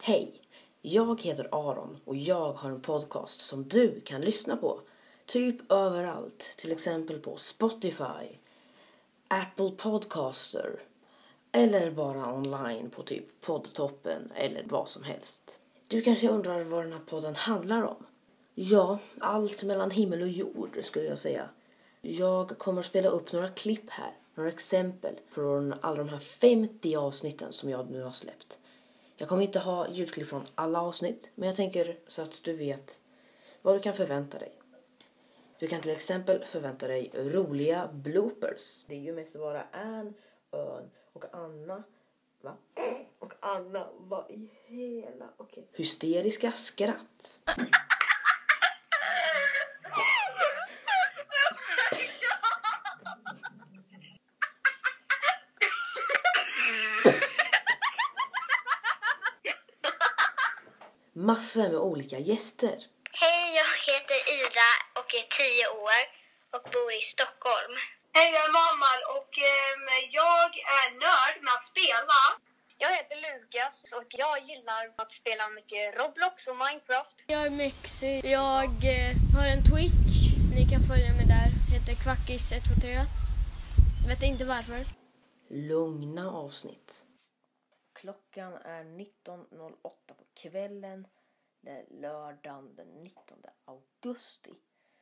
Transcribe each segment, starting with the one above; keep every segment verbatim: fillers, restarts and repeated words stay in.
Hej, jag heter Aron och jag har en podcast som du kan lyssna på. Typ överallt, till exempel på Spotify, Apple Podcaster eller bara online på typ Poddtoppen eller vad som helst. Du kanske undrar vad den här podden handlar om? Ja, allt mellan himmel och jord skulle jag säga. Jag kommer att spela upp några klipp här, några exempel från alla de här femtio avsnitten som jag nu har släppt. Jag kommer inte ha ljudklipp från alla avsnitt, men jag tänker så att du vet vad du kan förvänta dig. Du kan till exempel förvänta dig roliga bloopers. Det är ju mest bara Ann, Ön och Anna. Va? Och Anna, vad i hela... Okej. Okay. Hysteriska skratt. Massor med olika gäster. Hej, jag heter Ida och är tio år och bor i Stockholm. Hej, jag är mamma och eh, jag är nörd med att spela. Jag heter Lukas och jag gillar att spela mycket Roblox och Minecraft. Jag är Mexi. Jag eh, har en Twitch. Ni kan följa mig där. Heter Kvackis ett två tre. Vet inte varför. Lugna avsnitt. Klockan är nitton noll åtta på kvällen. Det är lördagen den nittonde augusti.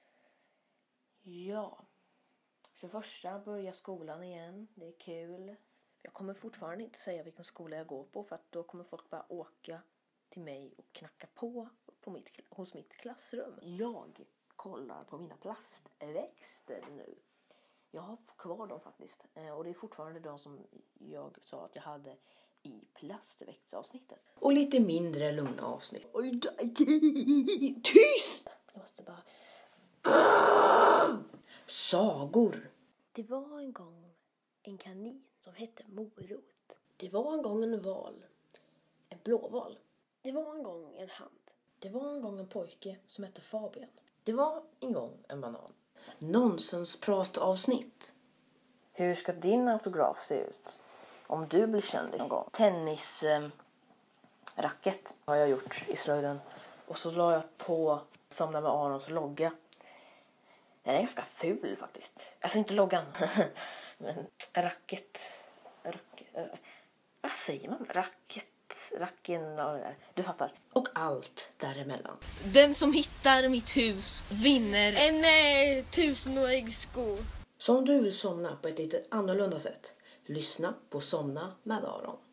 Ja. tjugoförsta börjar skolan igen. Det är kul. Jag kommer fortfarande inte säga vilken skola jag går på. För att då kommer folk bara åka till mig och knacka på, på mitt, hos mitt klassrum. Jag kollar på mina plastväxter nu. Jag har kvar dem faktiskt. Och det är fortfarande de som jag sa att jag hade i plastväxtavsnittet. Och lite mindre lugna avsnitt. Tyst! Jag måste bara... Sagor. Det var en gång en kanin som hette Morot. Det var en gång en val. En blåval. Det var en gång en hand. Det var en gång en pojke som hette Fabian. Det var en gång en banan. Nonsenspratavsnitt. Hur ska din autograf se ut? Om du blir känd någon gång. Tennisracket eh, har jag gjort i slöjden. Och så la jag på Somna med Arons logga. Den är ganska ful faktiskt. Alltså inte loggan. Men racket. Rack, äh, vad säger man? Racket. Racken. Du fattar. Och allt däremellan. Den som hittar mitt hus vinner en eh, tusenårig sko. Så om du vill somna på ett lite annorlunda sätt, lyssna på Somna med Aron.